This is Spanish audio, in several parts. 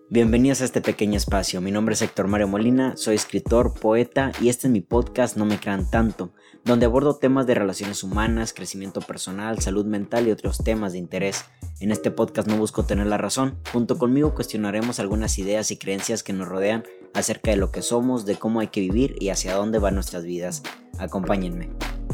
Bienvenidos a este pequeño espacio. Mi nombre es Héctor Mario Molina, soy escritor, poeta y este es mi podcast No me crean tanto, donde abordo temas de relaciones humanas, crecimiento personal, salud mental y otros temas de interés. En este podcast no busco tener la razón. Junto conmigo cuestionaremos algunas ideas y creencias que nos rodean acerca de lo que somos, de cómo hay que vivir y hacia dónde van nuestras vidas. Acompáñenme.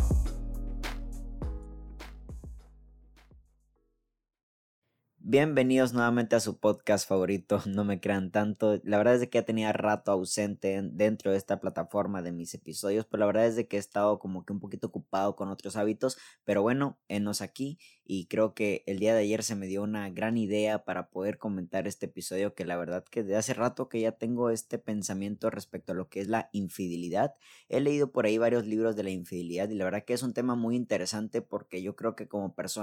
Bienvenidos nuevamente a su podcast favorito, No me crean tanto. La verdad es de que ya tenía rato ausente dentro de esta plataforma de mis episodios, pero la verdad es de que he estado como que un poquito ocupado con otros hábitos, pero bueno, enos aquí y creo que el día de ayer se me dio una gran idea para poder comentar este episodio que la verdad que de hace rato que ya tengo este pensamiento respecto a lo que es la infidelidad. He leído por ahí varios libros de la infidelidad y la verdad que es un tema muy interesante porque yo creo que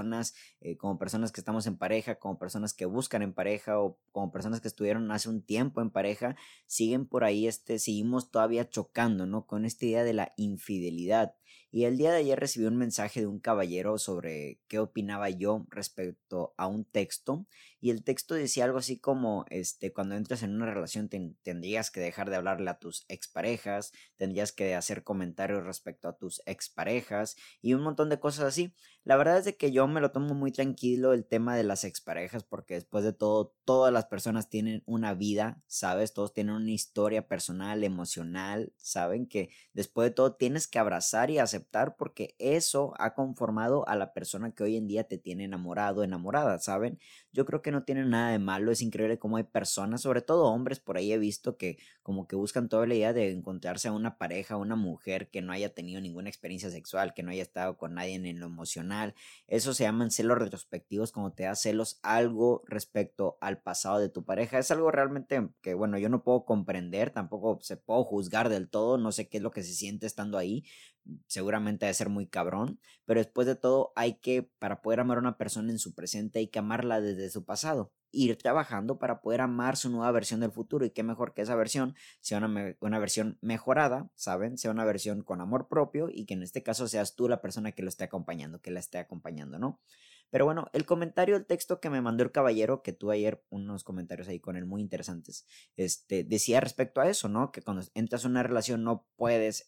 como personas que estamos en pareja, como personas que buscan en pareja o como personas que estuvieron hace un tiempo en pareja, siguen por ahí, seguimos todavía chocando, ¿no? Con esta idea de la infidelidad. Y el día de ayer recibí un mensaje de un caballero sobre qué opinaba yo respecto a un texto y el texto decía algo así como, cuando entras en una relación tendrías que dejar de hablarle a tus exparejas, tendrías que hacer comentarios respecto a tus exparejas y un montón de cosas así. La verdad es de que yo me lo tomo muy tranquilo el tema de las exparejas porque después de todo, todas las personas tienen una vida, ¿sabes? Todos tienen una historia personal, emocional, ¿saben? Que después de todo tienes que abrazar y aceptar porque eso ha conformado a la persona que hoy en día te tiene enamorado, enamorada, ¿saben? Yo creo que no tiene nada de malo, es increíble cómo hay personas, sobre todo hombres, por ahí he visto que como que buscan toda la idea de encontrarse a una pareja, una mujer que no haya tenido ninguna experiencia sexual, que no haya estado con nadie en lo emocional. Eso se llaman celos retrospectivos, como te da celos algo respecto al pasado de tu pareja. Es algo realmente que, bueno, yo no puedo comprender, tampoco se puedo juzgar del todo, no sé qué es lo que se siente estando ahí, seguramente debe ser muy cabrón, pero después de todo para poder amar a una persona en su presente, hay que amarla desde su pasado, ir trabajando para poder amar su nueva versión del futuro y qué mejor que esa versión sea una versión mejorada, ¿saben? Sea una versión con amor propio y que en este caso seas tú la persona que lo esté acompañando, que la esté acompañando, ¿no? Pero bueno, el texto que me mandó el caballero, que tuve ayer unos comentarios ahí con él muy interesantes, decía respecto a eso, ¿no? Que cuando entras en una relación no puedes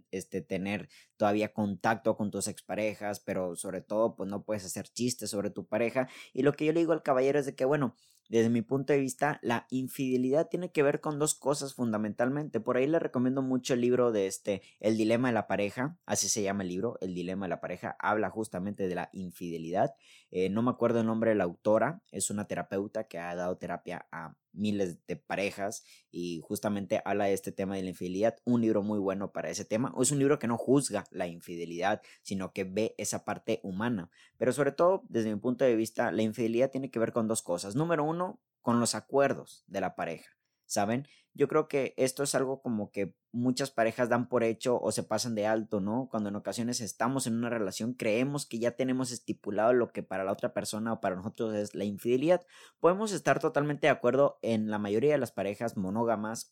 tener todavía contacto con tus exparejas, pero sobre todo, pues no puedes hacer chistes sobre tu pareja. Y lo que yo le digo al caballero es de que, bueno, desde mi punto de vista, la infidelidad tiene que ver con dos cosas fundamentalmente. Por ahí le recomiendo mucho el libro de El dilema de la pareja, así se llama el libro, El dilema de la pareja, habla justamente de la infidelidad. No me acuerdo el nombre de la autora, es una terapeuta que ha dado terapia a miles de parejas y justamente habla de este tema de la infidelidad, un libro muy bueno para ese tema. Es un libro que no juzga la infidelidad, sino que ve esa parte humana. Pero sobre todo, desde mi punto de vista, la infidelidad tiene que ver con dos cosas. Número uno, con los acuerdos de la pareja, ¿saben? Yo creo que esto es algo como que muchas parejas dan por hecho o se pasan de alto, ¿no? Cuando en ocasiones estamos en una relación, creemos que ya tenemos estipulado lo que para la otra persona o para nosotros es la infidelidad. Podemos estar totalmente de acuerdo en la mayoría de las parejas monógamas,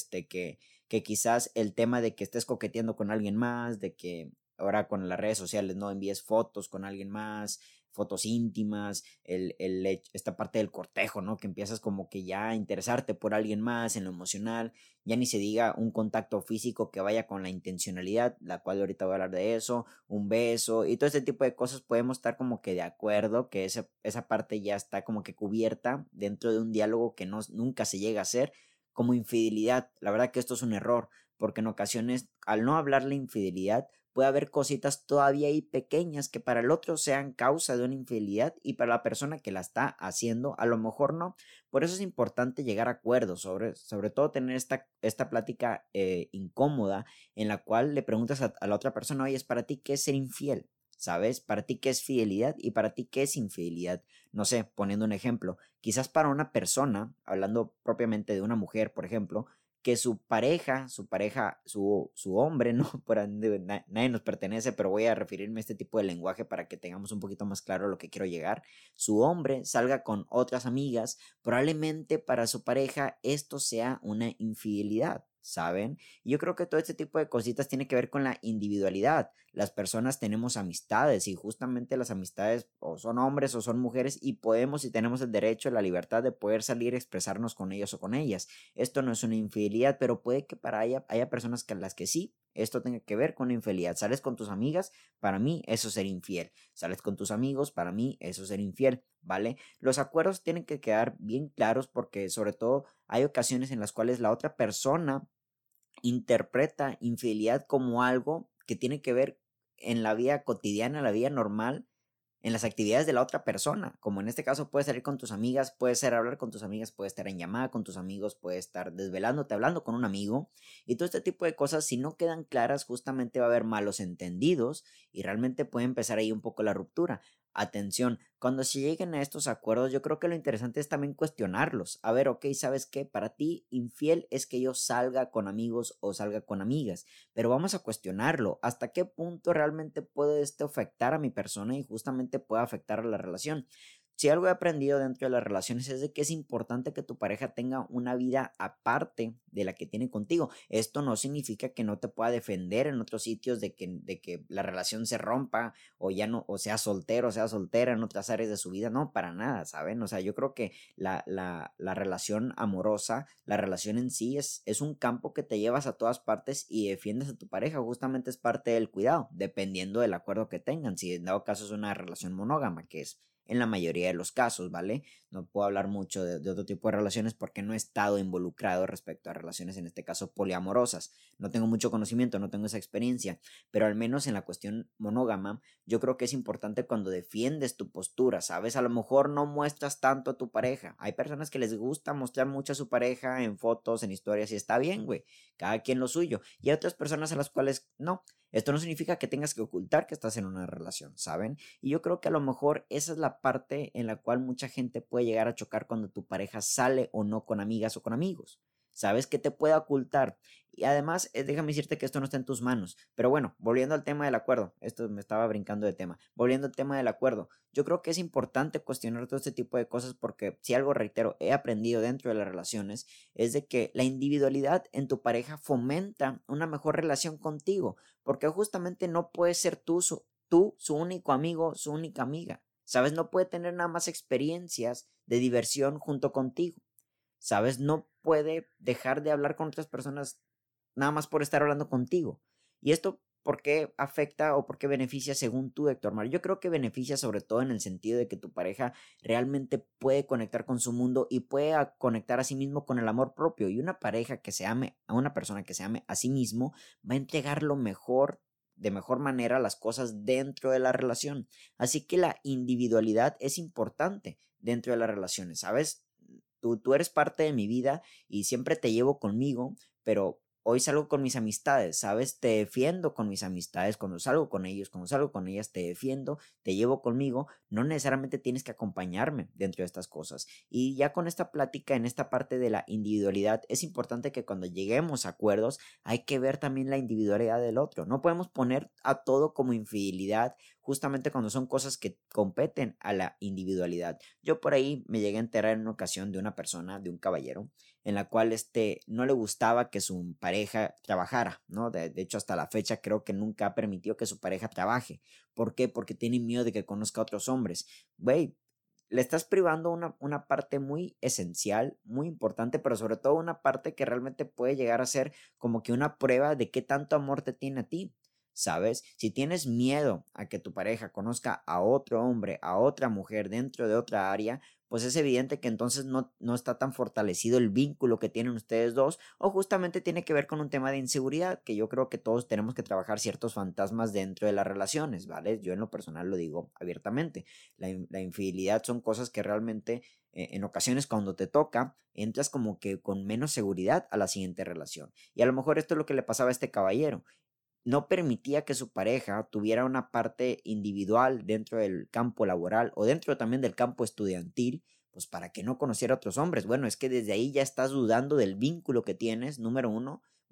que quizás el tema de que estés coqueteando con alguien más, de que ahora con las redes sociales no envíes fotos con alguien más, fotos íntimas, esta parte del cortejo, ¿no? Que empiezas como que ya a interesarte por alguien más en lo emocional, ya ni se diga un contacto físico que vaya con la intencionalidad, la cual ahorita voy a hablar de eso, un beso y todo este tipo de cosas podemos estar como que de acuerdo que esa parte ya está como que cubierta dentro de un diálogo que nunca se llega a hacer como infidelidad. La verdad que esto es un error, porque en ocasiones al no hablar la infidelidad puede haber cositas todavía ahí pequeñas que para el otro sean causa de una infidelidad y para la persona que la está haciendo a lo mejor no. Por eso es importante llegar a acuerdos, sobre todo tener esta plática incómoda en la cual le preguntas a la otra persona, oye, ¿es para ti qué es ser infiel? ¿Sabes? ¿Para ti qué es fidelidad y para ti qué es infidelidad? No sé, poniendo un ejemplo, quizás para una persona, hablando propiamente de una mujer, por ejemplo, que su hombre, ¿no? Nadie nos pertenece, pero voy a referirme a este tipo de lenguaje para que tengamos un poquito más claro a lo que quiero llegar. Su hombre salga con otras amigas, probablemente para su pareja esto sea una infidelidad, ¿saben? Y yo creo que todo este tipo de cositas tiene que ver con la individualidad. Las personas tenemos amistades y justamente las amistades o son hombres o son mujeres y podemos y tenemos el derecho, la libertad de poder salir a expresarnos con ellos o con ellas. Esto no es una infidelidad, pero puede que para haya personas que las que sí. Esto tenga que ver con la infidelidad. Sales con tus amigas, para mí eso es ser infiel. Sales con tus amigos, para mí eso es ser infiel, ¿vale? Los acuerdos tienen que quedar bien claros porque sobre todo hay ocasiones en las cuales la otra persona interpreta infidelidad como algo que tiene que ver en la vida cotidiana, la vida normal, en las actividades de la otra persona, como en este caso puedes salir con tus amigas, puede ser hablar con tus amigas, puede estar en llamada con tus amigos, puede estar desvelándote, hablando con un amigo y todo este tipo de cosas, si no quedan claras, justamente va a haber malos entendidos y realmente puede empezar ahí un poco la ruptura. Atención, cuando se lleguen a estos acuerdos, yo creo que lo interesante es también cuestionarlos. A ver, ok, ¿sabes qué? Para ti, infiel es que yo salga con amigos o salga con amigas, pero vamos a cuestionarlo. ¿Hasta qué punto realmente puede esto afectar a mi persona y justamente puede afectar a la relación? Si algo he aprendido dentro de las relaciones es de que es importante que tu pareja tenga una vida aparte de la que tiene contigo. Esto no significa que no te pueda defender en otros sitios de que la relación se rompa o ya no, o sea soltero o sea soltera en otras áreas de su vida. No, para nada, ¿saben? O sea, yo creo que la relación amorosa, la relación en sí es un campo que te llevas a todas partes y defiendes a tu pareja. Justamente es parte del cuidado, dependiendo del acuerdo que tengan. Si en dado caso es una relación monógama, que es en la mayoría de los casos, ¿vale? No puedo hablar mucho de otro tipo de relaciones porque no he estado involucrado respecto a relaciones, en este caso, poliamorosas. No tengo mucho conocimiento, no tengo esa experiencia, pero al menos en la cuestión monógama, yo creo que es importante cuando defiendes tu postura, ¿sabes? A lo mejor no muestras tanto a tu pareja. Hay personas que les gusta mostrar mucho a su pareja en fotos, en historias, y está bien, güey. Cada quien lo suyo. Y hay otras personas a las cuales no. Esto no significa que tengas que ocultar que estás en una relación, ¿saben? Y yo creo que a lo mejor esa es la parte en la cual mucha gente puede llegar a chocar cuando tu pareja sale o no con amigas o con amigos. ¿Sabes qué te puede ocultar? Y además, déjame decirte que esto no está en tus manos. Pero bueno, volviendo al tema del acuerdo, esto me estaba brincando de tema. Volviendo al tema del acuerdo, yo creo que es importante cuestionar todo este tipo de cosas porque si algo, reitero, he aprendido dentro de las relaciones es de que la individualidad en tu pareja fomenta una mejor relación contigo, porque justamente no puedes ser tú su único amigo, su única amiga. ¿Sabes? No puede tener nada más experiencias de diversión junto contigo. ¿Sabes? No puede dejar de hablar con otras personas nada más por estar hablando contigo. ¿Y esto por qué afecta o por qué beneficia según tú, Héctor Mar? Yo creo que beneficia sobre todo en el sentido de que tu pareja realmente puede conectar con su mundo y puede conectar a sí mismo con el amor propio. Y una pareja que se ame, a una persona que se ame a sí mismo, va a entregar lo mejor, de mejor manera, las cosas dentro de la relación. Así que la individualidad es importante dentro de las relaciones, ¿sabes? Tú eres parte de mi vida y siempre te llevo conmigo, pero hoy salgo con mis amistades, ¿sabes? Te defiendo con mis amistades, cuando salgo con ellos, cuando salgo con ellas, te defiendo, te llevo conmigo, no necesariamente tienes que acompañarme dentro de estas cosas. Y ya con esta plática, en esta parte de la individualidad, es importante que cuando lleguemos a acuerdos, hay que ver también la individualidad del otro. No podemos poner a todo como infidelidad, justamente cuando son cosas que competen a la individualidad. Yo por ahí me llegué a enterar en una ocasión de una persona, de un caballero, en la cual no le gustaba que su pareja trabajara, ¿no? De hecho, hasta la fecha creo que nunca ha permitido que su pareja trabaje. ¿Por qué? Porque tiene miedo de que conozca a otros hombres. Güey, le estás privando una parte muy esencial, muy importante, pero sobre todo una parte que realmente puede llegar a ser como que una prueba de qué tanto amor te tiene a ti. ¿Sabes? Si tienes miedo a que tu pareja conozca a otro hombre, a otra mujer dentro de otra área, pues es evidente que entonces no está tan fortalecido el vínculo que tienen ustedes dos, o justamente tiene que ver con un tema de inseguridad, que yo creo que todos tenemos que trabajar ciertos fantasmas dentro de las relaciones, ¿vale? Yo en lo personal lo digo abiertamente. La infidelidad son cosas que realmente en ocasiones cuando te toca, entras como que con menos seguridad a la siguiente relación. Y a lo mejor esto es lo que le pasaba a este caballero. No permitía que su pareja tuviera una parte individual dentro del campo laboral o dentro también del campo estudiantil, pues para que no conociera a otros hombres. Bueno, es que desde ahí ya estás dudando del vínculo que tienes, número uno.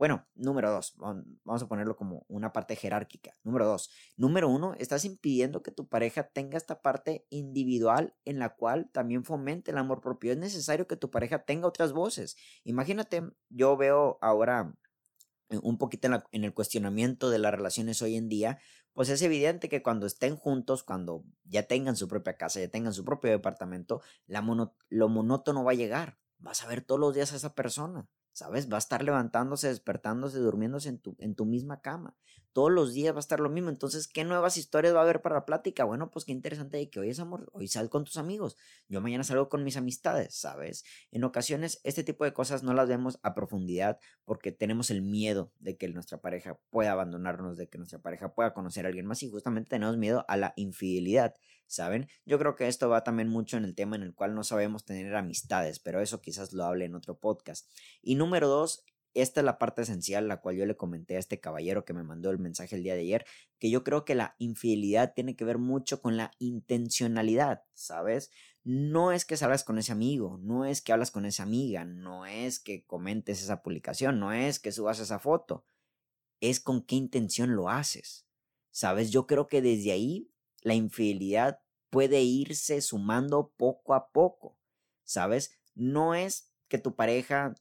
Bueno, número 2, vamos a ponerlo como una parte jerárquica. Número 2, número 1, estás impidiendo que tu pareja tenga esta parte individual en la cual también fomente el amor propio. Es necesario que tu pareja tenga otras voces. Imagínate, yo veo ahora un poquito en el cuestionamiento de las relaciones hoy en día, pues es evidente que cuando estén juntos, cuando ya tengan su propia casa, ya tengan su propio departamento, lo monótono va a llegar. Vas a ver todos los días a esa persona, ¿sabes? Va a estar levantándose, despertándose, durmiéndose en tu misma cama. Todos los días va a estar lo mismo. Entonces, ¿qué nuevas historias va a haber para la plática? Bueno, pues qué interesante de que hoy es amor, hoy sal con tus amigos, yo mañana salgo con mis amistades, ¿sabes? En ocasiones, este tipo de cosas no las vemos a profundidad porque tenemos el miedo de que nuestra pareja pueda abandonarnos, de que nuestra pareja pueda conocer a alguien más y justamente tenemos miedo a la infidelidad, ¿saben? Yo creo que esto va también mucho en el tema en el cual no sabemos tener amistades, pero eso quizás lo hable en otro podcast. Y número 2, esta es la parte esencial, la cual yo le comenté a este caballero que me mandó el mensaje el día de ayer, que yo creo que la infidelidad tiene que ver mucho con la intencionalidad, ¿sabes? No es que salgas con ese amigo, no es que hablas con esa amiga, no es que comentes esa publicación, no es que subas esa foto, es con qué intención lo haces. ¿Sabes? Yo creo que desde ahí la infidelidad puede irse sumando poco a poco. ¿Sabes? No es que tu pareja,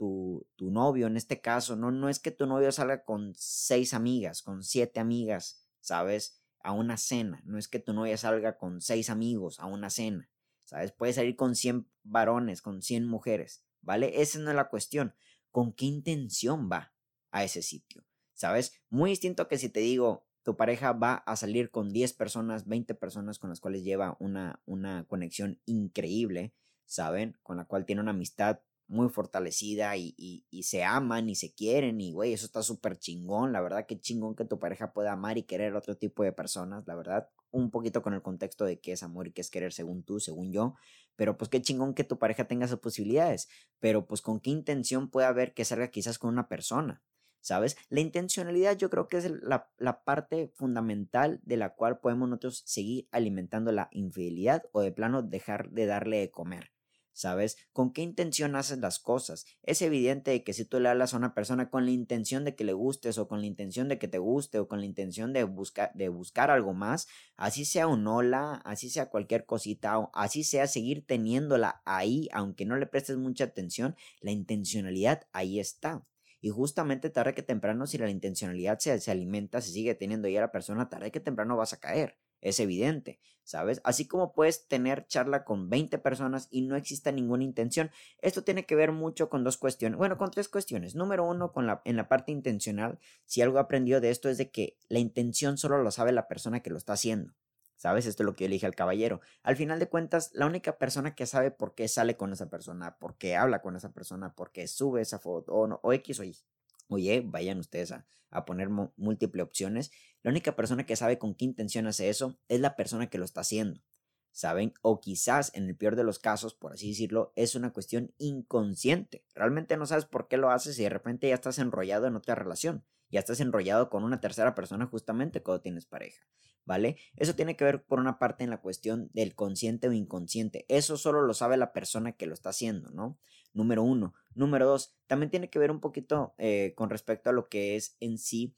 tu novio en este caso, no es que tu novio salga con 6 amigas, con 7 amigas, ¿sabes? A una cena. No es que tu novia salga con 6 amigos a una cena. ¿Sabes? Puede salir con 100 varones, con 100 mujeres, ¿vale? Esa no es la cuestión. ¿Con qué intención va a ese sitio? ¿Sabes? Muy distinto que si te digo, tu pareja va a salir con 10 personas, 20 personas con las cuales lleva una conexión increíble, ¿saben? Con la cual tiene una amistad muy fortalecida y se aman y se quieren y, güey, eso está súper chingón, la verdad, qué chingón que tu pareja pueda amar y querer otro tipo de personas, la verdad, un poquito con el contexto de qué es amor y qué es querer según tú, según yo, pero pues qué chingón que tu pareja tenga esas posibilidades, pero pues con qué intención puede haber que salga quizás con una persona. ¿Sabes? La intencionalidad yo creo que es la parte fundamental de la cual podemos nosotros seguir alimentando la infidelidad o de plano dejar de darle de comer. ¿Sabes? ¿Con qué intención haces las cosas? Es evidente que si tú le hablas a una persona con la intención de que le gustes o con la intención de que te guste o con la intención de buscar algo más, así sea un hola, así sea cualquier cosita o así sea seguir teniéndola ahí, aunque no le prestes mucha atención, la intencionalidad ahí está. Y justamente tarde que temprano, si la intencionalidad se alimenta, se sigue teniendo ahí a la persona, tarde que temprano vas a caer. Es evidente, ¿sabes? Así como puedes tener charla con 20 personas y no exista ninguna intención, esto tiene que ver mucho con dos cuestiones, bueno, con tres cuestiones. Número uno, en la parte intencional, si algo he aprendido de esto es de que la intención solo lo sabe la persona que lo está haciendo. ¿Sabes? Esto es lo que yo le dije al caballero. Al final de cuentas, la única persona que sabe por qué sale con esa persona, por qué habla con esa persona, por qué sube esa foto, o, no, o X o Y. Oye, vayan ustedes a poner múltiples opciones. La única persona que sabe con qué intención hace eso es la persona que lo está haciendo. ¿Saben? O quizás, en el peor de los casos, por así decirlo, es una cuestión inconsciente. Realmente no sabes por qué lo haces y de repente ya estás enrollado en otra relación. Ya estás enrollado con una tercera persona justamente cuando tienes pareja. ¿Vale? Eso tiene que ver por una parte en la cuestión del consciente o inconsciente. Eso solo lo sabe la persona que lo está haciendo, ¿no? Número uno. Número dos, también tiene que ver un poquito con respecto a lo que es en sí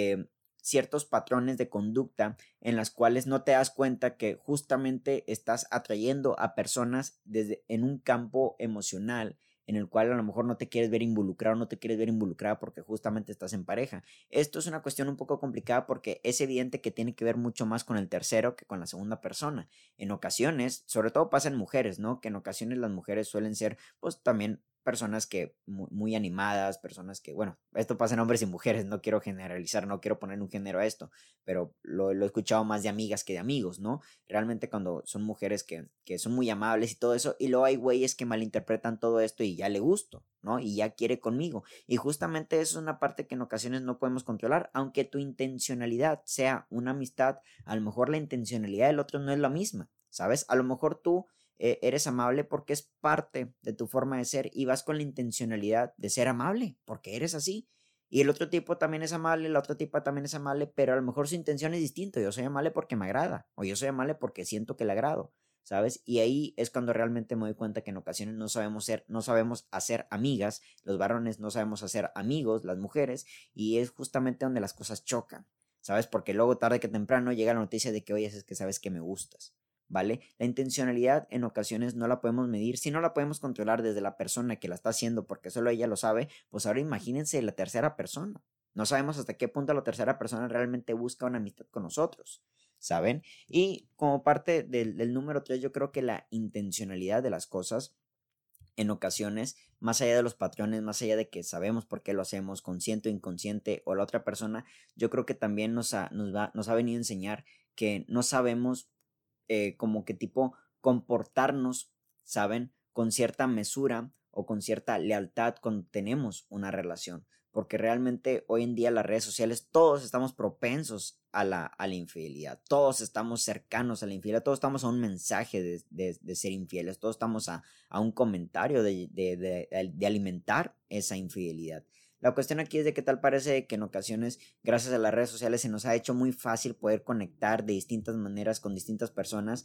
ciertos patrones de conducta en las cuales no te das cuenta que justamente estás atrayendo a personas en un campo emocional en el cual a lo mejor no te quieres ver involucrado, no te quieres ver involucrada porque justamente estás en pareja. Esto es una cuestión un poco complicada porque es evidente que tiene que ver mucho más con el tercero que con la segunda persona. En ocasiones, sobre todo pasa en mujeres, ¿no? Que en ocasiones las mujeres suelen ser, pues también personas que muy animadas, personas que, bueno, esto pasa en hombres y mujeres, no quiero generalizar, no quiero poner un género a esto, pero lo he escuchado más de amigas que de amigos, ¿no? Realmente cuando son mujeres que son muy amables y todo eso, y luego hay güeyes que malinterpretan todo esto y ya le gusto, ¿no? Y ya quiere conmigo. Y justamente eso es una parte que en ocasiones no podemos controlar, aunque tu intencionalidad sea una amistad, a lo mejor la intencionalidad del otro no es la misma, ¿sabes? A lo mejor tú eres amable porque es parte de tu forma de ser y vas con la intencionalidad de ser amable, porque eres así. Y el otro tipo también es amable, la otra tipa también es amable, pero a lo mejor su intención es distinta. Yo soy amable porque me agrada, o yo soy amable porque siento que le agrado, ¿sabes? Y ahí es cuando realmente me doy cuenta que en ocasiones no sabemos hacer amigas, los varones no sabemos hacer amigos, las mujeres, y es justamente donde las cosas chocan, ¿sabes? Porque luego tarde que temprano llega la noticia de que, oye, es que sabes que me gustas, ¿vale? La intencionalidad en ocasiones no la podemos medir, si no la podemos controlar desde la persona que la está haciendo porque solo ella lo sabe, pues ahora imagínense la tercera persona. No sabemos hasta qué punto la tercera persona realmente busca una amistad con nosotros, ¿saben? Y como parte del número 3, yo creo que la intencionalidad de las cosas en ocasiones, más allá de los patrones, más allá de que sabemos por qué lo hacemos, consciente o inconsciente, o la otra persona, yo creo que también nos ha venido a enseñar que no sabemos como que tipo comportarnos, ¿saben? Con cierta mesura o con cierta lealtad cuando tenemos una relación. Porque realmente hoy en día las redes sociales todos estamos propensos a la infidelidad, todos estamos cercanos a la infidelidad, todos estamos a un mensaje de ser infieles, todos estamos a un comentario de alimentar esa infidelidad. La cuestión aquí es de que tal parece que en ocasiones, gracias a las redes sociales, se nos ha hecho muy fácil poder conectar de distintas maneras con distintas personas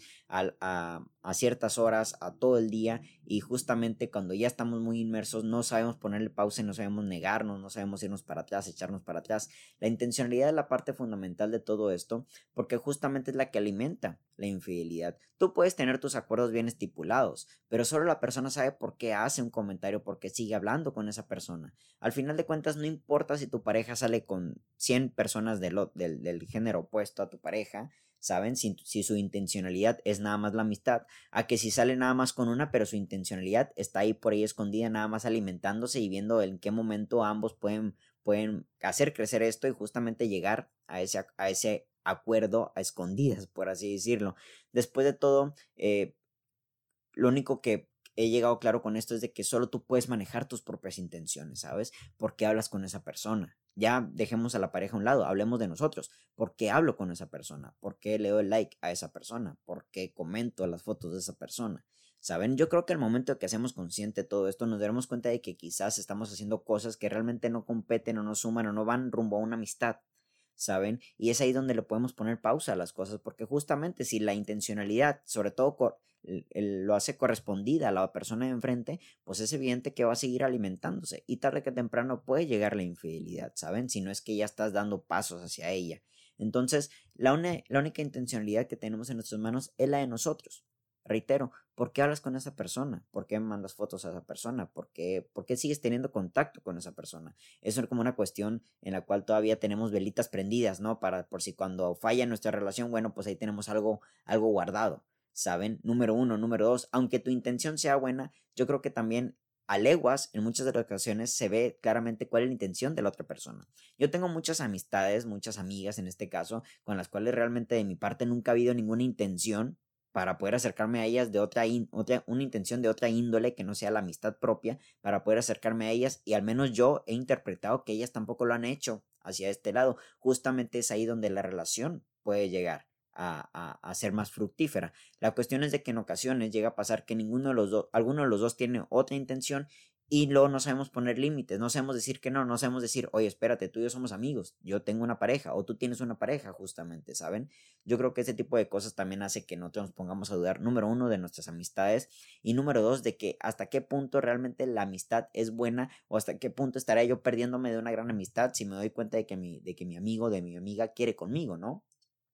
a ciertas horas, a todo el día, y justamente cuando ya estamos muy inmersos no sabemos ponerle pausa y no sabemos negarnos, no sabemos irnos para atrás, echarnos para atrás. La intencionalidad es la parte fundamental de todo esto porque justamente es la que alimenta la infidelidad. Tú puedes tener tus acuerdos bien estipulados, pero solo la persona sabe por qué hace un comentario, por qué sigue hablando con esa persona. Al final de cuentas, no importa si tu pareja sale con 100 personas del género opuesto a tu pareja, ¿saben? Si su intencionalidad es nada más la amistad, a que si sale nada más con una, pero su intencionalidad está ahí por ahí escondida, nada más alimentándose y viendo en qué momento ambos pueden hacer crecer esto y justamente llegar a ese acuerdo a escondidas, por así decirlo. Después de todo, lo único que he llegado claro con esto es de que solo tú puedes manejar tus propias intenciones, ¿sabes? ¿Por qué hablas con esa persona? Ya dejemos a la pareja a un lado, hablemos de nosotros. ¿Por qué hablo con esa persona? ¿Por qué le doy like a esa persona? ¿Por qué comento las fotos de esa persona? ¿Saben? Yo creo que al momento que hacemos consciente todo esto, nos daremos cuenta de que quizás estamos haciendo cosas que realmente no competen o no suman o no van rumbo a una amistad. ¿Saben? Y es ahí donde le podemos poner pausa a las cosas, porque justamente si la intencionalidad, sobre todo lo hace correspondida a la persona de enfrente, pues es evidente que va a seguir alimentándose y tarde que temprano puede llegar la infidelidad, ¿saben? Si no es que ya estás dando pasos hacia ella. Entonces, la única intencionalidad que tenemos en nuestras manos es la de nosotros. Reitero, ¿por qué hablas con esa persona? ¿Por qué mandas fotos a esa persona? Por qué sigues teniendo contacto con esa persona? Eso es como una cuestión en la cual todavía tenemos velitas prendidas, ¿no? Por si cuando falla nuestra relación, bueno, pues ahí tenemos algo guardado, ¿saben? Número uno, número dos, aunque tu intención sea buena, yo creo que también a leguas, en muchas de las ocasiones, se ve claramente cuál es la intención de la otra persona. Yo tengo muchas amistades, muchas amigas en este caso, con las cuales realmente de mi parte nunca ha habido ninguna intención para poder acercarme a ellas de una intención de otra índole que no sea la amistad propia, para poder acercarme a ellas y al menos yo he interpretado que ellas tampoco lo han hecho hacia este lado. Justamente es ahí donde la relación puede llegar a ser más fructífera. La cuestión es de que en ocasiones llega a pasar que alguno de los dos tiene otra intención y luego no sabemos poner límites, no sabemos decir que no sabemos decir, oye, espérate, tú y yo somos amigos, yo tengo una pareja o tú tienes una pareja, justamente, ¿saben? Yo creo que ese tipo de cosas también hace que nosotros nos pongamos a dudar, número uno, de nuestras amistades y número dos, de que hasta qué punto realmente la amistad es buena o hasta qué punto estaré yo perdiéndome de una gran amistad si me doy cuenta de que mi amigo, de mi amiga quiere conmigo, ¿no?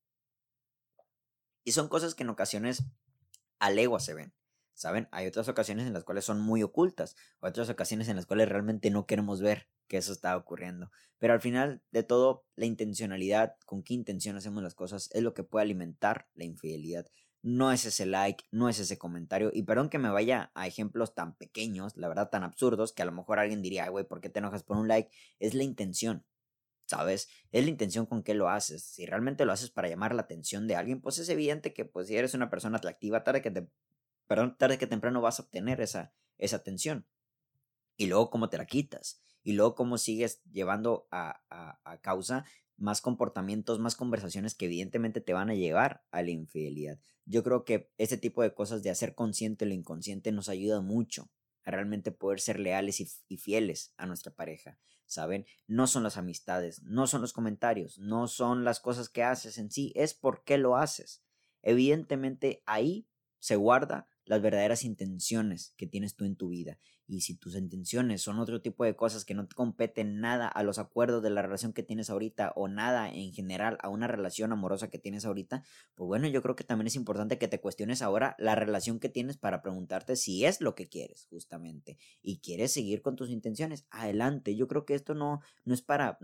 Y son cosas que en ocasiones a legua se ven, ¿saben? Hay otras ocasiones en las cuales son muy ocultas, otras ocasiones en las cuales realmente no queremos ver que eso está ocurriendo. Pero al final de todo, la intencionalidad, con qué intención hacemos las cosas, es lo que puede alimentar la infidelidad. No es ese like, no es ese comentario. Y perdón que me vaya a ejemplos tan pequeños, la verdad tan absurdos, que a lo mejor alguien diría, "Ay, güey, ¿por qué te enojas por un like?" Es la intención. ¿Sabes? Es la intención con que lo haces. Si realmente lo haces para llamar la atención de alguien, pues es evidente que pues si eres una persona atractiva, tarde que temprano vas a obtener esa atención. Y luego cómo te la quitas. Y luego cómo sigues llevando a causa más comportamientos, más conversaciones que evidentemente te van a llevar a la infidelidad. Yo creo que ese tipo de cosas de hacer consciente lo inconsciente nos ayuda mucho a realmente poder ser leales y fieles a nuestra pareja. ¿Saben? No son las amistades, no son los comentarios, no son las cosas que haces en sí, es por qué lo haces. Evidentemente ahí se guarda las verdaderas intenciones que tienes tú en tu vida. Y si tus intenciones son otro tipo de cosas que no te competen nada a los acuerdos de la relación que tienes ahorita o nada en general a una relación amorosa que tienes ahorita, pues bueno, yo creo que también es importante que te cuestiones ahora la relación que tienes para preguntarte si es lo que quieres justamente y quieres seguir con tus intenciones. Adelante, yo creo que esto no es para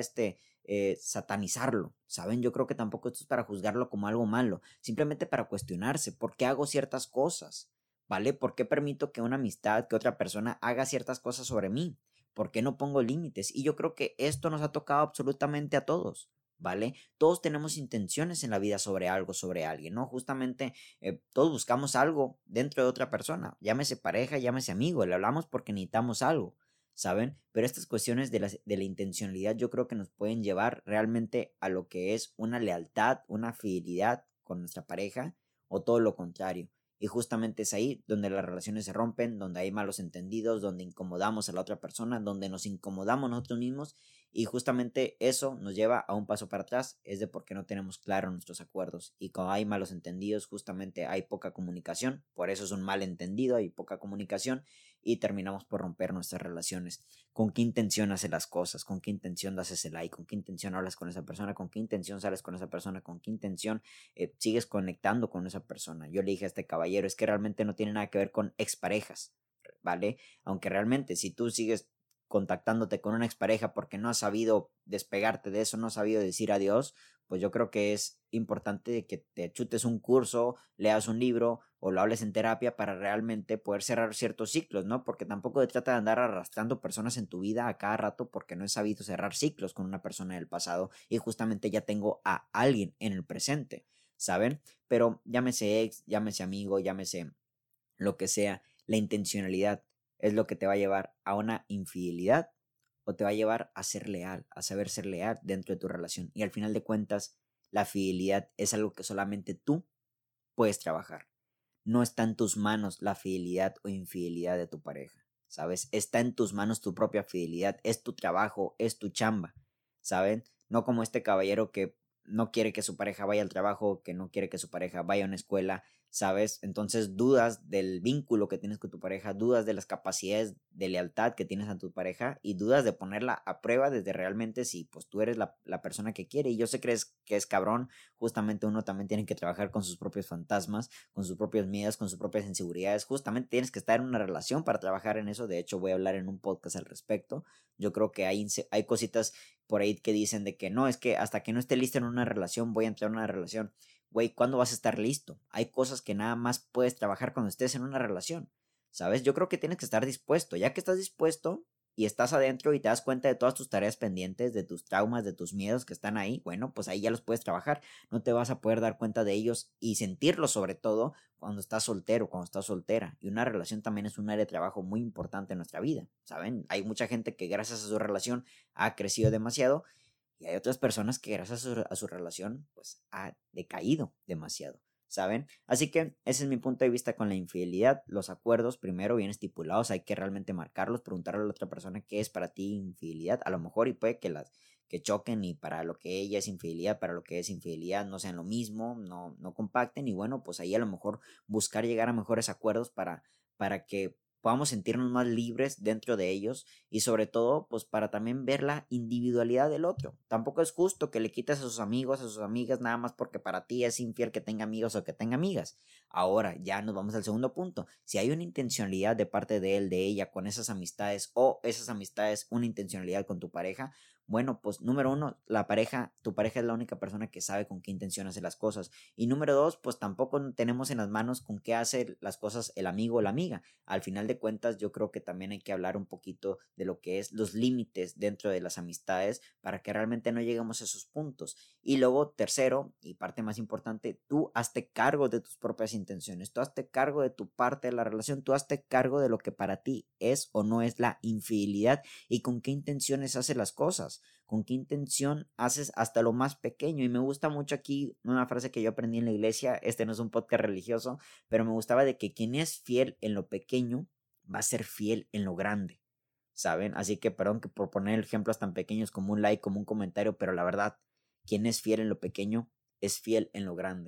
satanizarlo, ¿saben? Yo creo que tampoco esto es para juzgarlo como algo malo, simplemente para cuestionarse por qué hago ciertas cosas, ¿vale? ¿Por qué permito que una amistad, que otra persona haga ciertas cosas sobre mí? ¿Por qué no pongo límites? Y yo creo que esto nos ha tocado absolutamente a todos, ¿vale? Todos tenemos intenciones en la vida sobre algo, sobre alguien, ¿no? Justamente todos buscamos algo dentro de otra persona, llámese pareja, llámese amigo, le hablamos porque necesitamos algo, ¿saben? Pero estas cuestiones de la intencionalidad yo creo que nos pueden llevar realmente a lo que es una lealtad, una fidelidad con nuestra pareja o todo lo contrario. Y justamente es ahí donde las relaciones se rompen, donde hay malos entendidos, donde incomodamos a la otra persona, donde nos incomodamos nosotros mismos y justamente eso nos lleva a un paso para atrás, es de por qué no tenemos claro nuestros acuerdos. Y cuando hay malos entendidos, justamente hay poca comunicación, por eso es un malentendido, hay poca comunicación y terminamos por romper nuestras relaciones. ¿Con qué intención haces las cosas? ¿Con qué intención das ese like? ¿Con qué intención hablas con esa persona? ¿Con qué intención sales con esa persona? ¿Con qué intención sigues conectando con esa persona? Yo le dije a este caballero, es que realmente no tiene nada que ver con exparejas, ¿vale? Aunque realmente si tú sigues contactándote con una expareja porque no has sabido despegarte de eso, no has sabido decir adiós, pues yo creo que es importante que te chutes un curso, leas un libro o lo hables en terapia para realmente poder cerrar ciertos ciclos, ¿no? Porque tampoco se trata de andar arrastrando personas en tu vida a cada rato porque no he sabido cerrar ciclos con una persona del pasado y justamente ya tengo a alguien en el presente, ¿saben? Pero llámese ex, llámese amigo, llámese lo que sea, la intencionalidad es lo que te va a llevar a una infidelidad o te va a llevar a ser leal, a saber ser leal dentro de tu relación. Y al final de cuentas, la fidelidad es algo que solamente tú puedes trabajar. No está en tus manos la fidelidad o infidelidad de tu pareja, ¿sabes? Está en tus manos tu propia fidelidad, es tu trabajo, es tu chamba, ¿saben? No como este caballero que no quiere que su pareja vaya al trabajo, que no quiere que su pareja vaya a una escuela, ¿sabes? Entonces dudas del vínculo que tienes con tu pareja, dudas de las capacidades de lealtad que tienes a tu pareja y dudas de ponerla a prueba desde realmente si pues tú eres la persona que quiere. Y yo sé que es cabrón, justamente uno también tiene que trabajar con sus propios fantasmas, con sus propios miedos, con sus propias inseguridades. Justamente tienes que estar en una relación para trabajar en eso. De hecho, voy a hablar en un podcast al respecto. Yo creo que hay cositas por ahí que dicen de que no, es que hasta que no esté listo en una relación voy a entrar en una relación. Güey, ¿cuándo vas a estar listo? Hay cosas que nada más puedes trabajar cuando estés en una relación, ¿sabes? Yo creo que tienes que estar dispuesto. Ya que estás dispuesto y estás adentro y te das cuenta de todas tus tareas pendientes, de tus traumas, de tus miedos que están ahí, bueno, pues ahí ya los puedes trabajar. No te vas a poder dar cuenta de ellos y sentirlos sobre todo cuando estás soltero, cuando estás soltera. Y una relación también es un área de trabajo muy importante en nuestra vida, ¿saben? Hay mucha gente que gracias a su relación ha crecido demasiado y hay otras personas que gracias a su relación pues ha decaído demasiado, ¿saben? Así que ese es mi punto de vista con la infidelidad. Los acuerdos primero bien estipulados, hay que realmente marcarlos, preguntarle a la otra persona qué es para ti infidelidad, a lo mejor y puede que choquen y para lo que ella es infidelidad, para lo que es infidelidad no sean lo mismo, no compacten y bueno, pues ahí a lo mejor buscar llegar a mejores acuerdos para que podamos sentirnos más libres dentro de ellos y sobre todo pues para también ver la individualidad del otro. Tampoco es justo que le quites a sus amigos, a sus amigas nada más porque para ti es infiel que tenga amigos o que tenga amigas. Ahora ya nos vamos al segundo punto. Si hay una intencionalidad de parte de él, de ella con esas amistades o esas amistades una intencionalidad con tu pareja, bueno, pues número uno, tu pareja es la única persona que sabe con qué intención hace las cosas. Y número dos, pues tampoco tenemos en las manos con qué hace las cosas el amigo o la amiga. Al final de cuentas, yo creo que también hay que hablar un poquito de lo que es los límites dentro de las amistades para que realmente no lleguemos a esos puntos. Y luego, tercero, y parte más importante, tú hazte cargo de tus propias intenciones, tú hazte cargo de tu parte de la relación, tú hazte cargo de lo que para ti es o no es la infidelidad y con qué intenciones haces las cosas, con qué intención haces hasta lo más pequeño. Y me gusta mucho aquí una frase que yo aprendí en la iglesia, este no es un podcast religioso, pero me gustaba de que quien es fiel en lo pequeño va a ser fiel en lo grande, ¿saben? Así que perdón que por poner ejemplos tan pequeños como un like, como un comentario, pero la verdad, quien es fiel en lo pequeño es fiel en lo grande.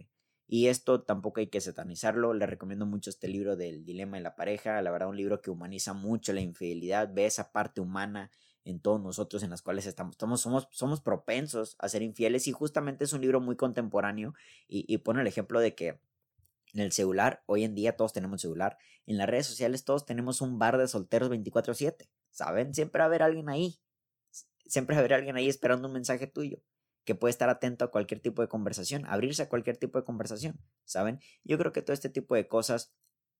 Y esto tampoco hay que satanizarlo. Le recomiendo mucho este libro del dilema en la pareja. La verdad, un libro que humaniza mucho la infidelidad, ve esa parte humana en todos nosotros en las cuales somos propensos a ser infieles, y justamente es un libro muy contemporáneo y pone el ejemplo de que en el celular, hoy en día todos tenemos celular, en las redes sociales todos tenemos un bar de solteros 24/7, ¿saben? Siempre va a haber alguien ahí, siempre va a haber alguien ahí esperando un mensaje tuyo, que puede estar atento a cualquier tipo de conversación, abrirse a cualquier tipo de conversación, ¿saben? Yo creo que todo este tipo de cosas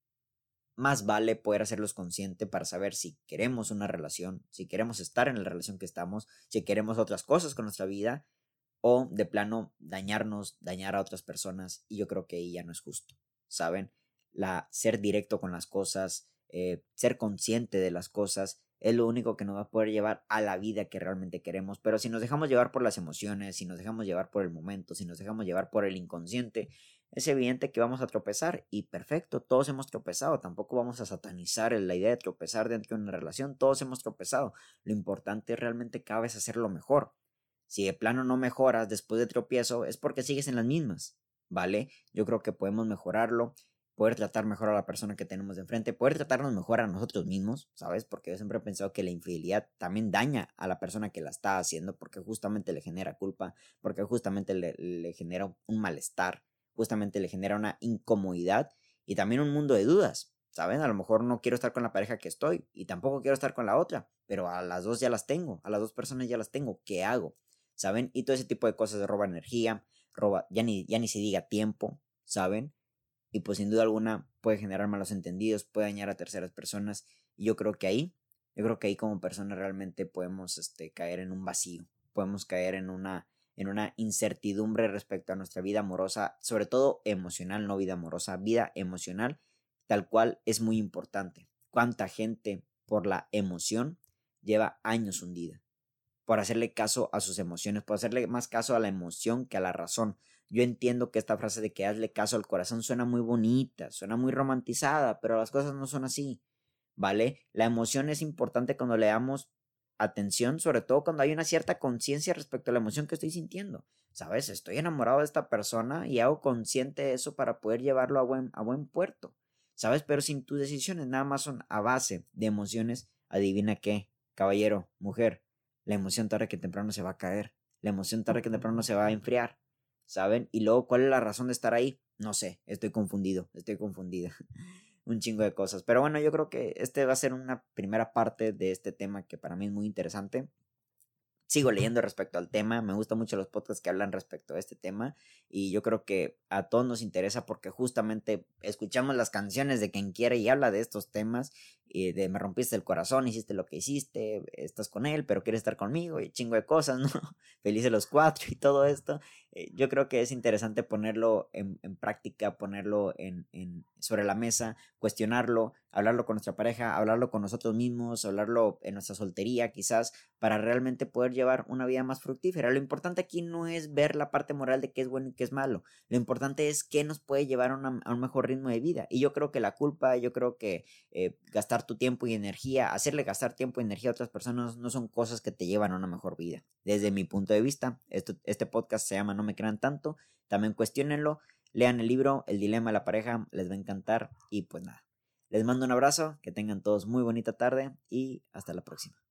más vale poder hacerlos consciente para saber si queremos una relación, si queremos estar en la relación que estamos, si queremos otras cosas con nuestra vida o de plano dañar a otras personas, y yo creo que ahí ya no es justo, ¿saben? Ser directo con las cosas, ser consciente de las cosas es lo único que nos va a poder llevar a la vida que realmente queremos. Pero si nos dejamos llevar por las emociones, si nos dejamos llevar por el momento, si nos dejamos llevar por el inconsciente, es evidente que vamos a tropezar, y perfecto, todos hemos tropezado, tampoco vamos a satanizar la idea de tropezar dentro de una relación, todos hemos tropezado, lo importante es realmente cada vez hacerlo mejor. Si de plano no mejoras después de tropiezo, es porque sigues en las mismas, ¿vale? Yo creo que podemos mejorarlo, poder tratar mejor a la persona que tenemos de enfrente, poder tratarnos mejor a nosotros mismos, ¿sabes? Porque yo siempre he pensado que la infidelidad también daña a la persona que la está haciendo, porque justamente le genera culpa, porque justamente le genera un malestar, justamente le genera una incomodidad y también un mundo de dudas, ¿saben? A lo mejor no quiero estar con la pareja que estoy y tampoco quiero estar con la otra, pero a las dos ya las tengo, a las dos personas ya las tengo, ¿qué hago? ¿Saben? Y todo ese tipo de cosas roba energía, ya ni se diga tiempo, ¿saben? Y pues sin duda alguna puede generar malos entendidos, puede dañar a terceras personas, y yo creo que ahí como personas realmente podemos caer en un vacío, podemos caer en una incertidumbre respecto a nuestra vida amorosa, sobre todo emocional, no vida amorosa, vida emocional, tal cual es muy importante. ¿Cuánta gente por la emoción lleva años hundida? Por hacerle caso a sus emociones, por hacerle más caso a la emoción que a la razón. Yo entiendo que esta frase de que hazle caso al corazón suena muy bonita, suena muy romantizada, pero las cosas no son así, ¿vale? La emoción es importante cuando le damos atención, sobre todo cuando hay una cierta conciencia respecto a la emoción que estoy sintiendo. ¿Sabes? Estoy enamorado de esta persona y hago consciente de eso para poder llevarlo a buen puerto. ¿Sabes? Pero si tus decisiones nada más son a base de emociones, adivina qué, caballero, mujer, la emoción tarde que temprano se va a caer, la emoción tarde que temprano se va a enfriar, ¿saben? Y luego, ¿cuál es la razón de estar ahí? No sé, estoy confundido, estoy confundida. Un chingo de cosas. Pero bueno, yo creo que este va a ser una primera parte de este tema que para mí es muy interesante. Sigo leyendo respecto al tema, me gustan mucho los podcasts que hablan respecto a este tema, y yo creo que a todos nos interesa porque justamente escuchamos las canciones de quien quiere y habla de estos temas, y de me rompiste el corazón, hiciste lo que hiciste, estás con él, pero quieres estar conmigo y chingo de cosas, ¿no? Felices los cuatro y todo esto. Yo creo que es interesante ponerlo en práctica, ponerlo sobre la mesa, cuestionarlo, hablarlo con nuestra pareja, hablarlo con nosotros mismos, hablarlo en nuestra soltería quizás, para realmente poder llevar una vida más fructífera. Lo importante aquí no es ver la parte moral de qué es bueno y qué es malo. Lo importante es qué nos puede llevar a un mejor ritmo de vida. Y yo creo que la culpa, yo creo que gastar tu tiempo y energía, hacerle gastar tiempo y energía a otras personas no son cosas que te llevan a una mejor vida. Desde mi punto de vista, este podcast se llama No me crean tanto. También cuestionenlo, lean el libro El dilema de la pareja, les va a encantar. Y pues nada, les mando un abrazo, que tengan todos muy bonita tarde y hasta la próxima.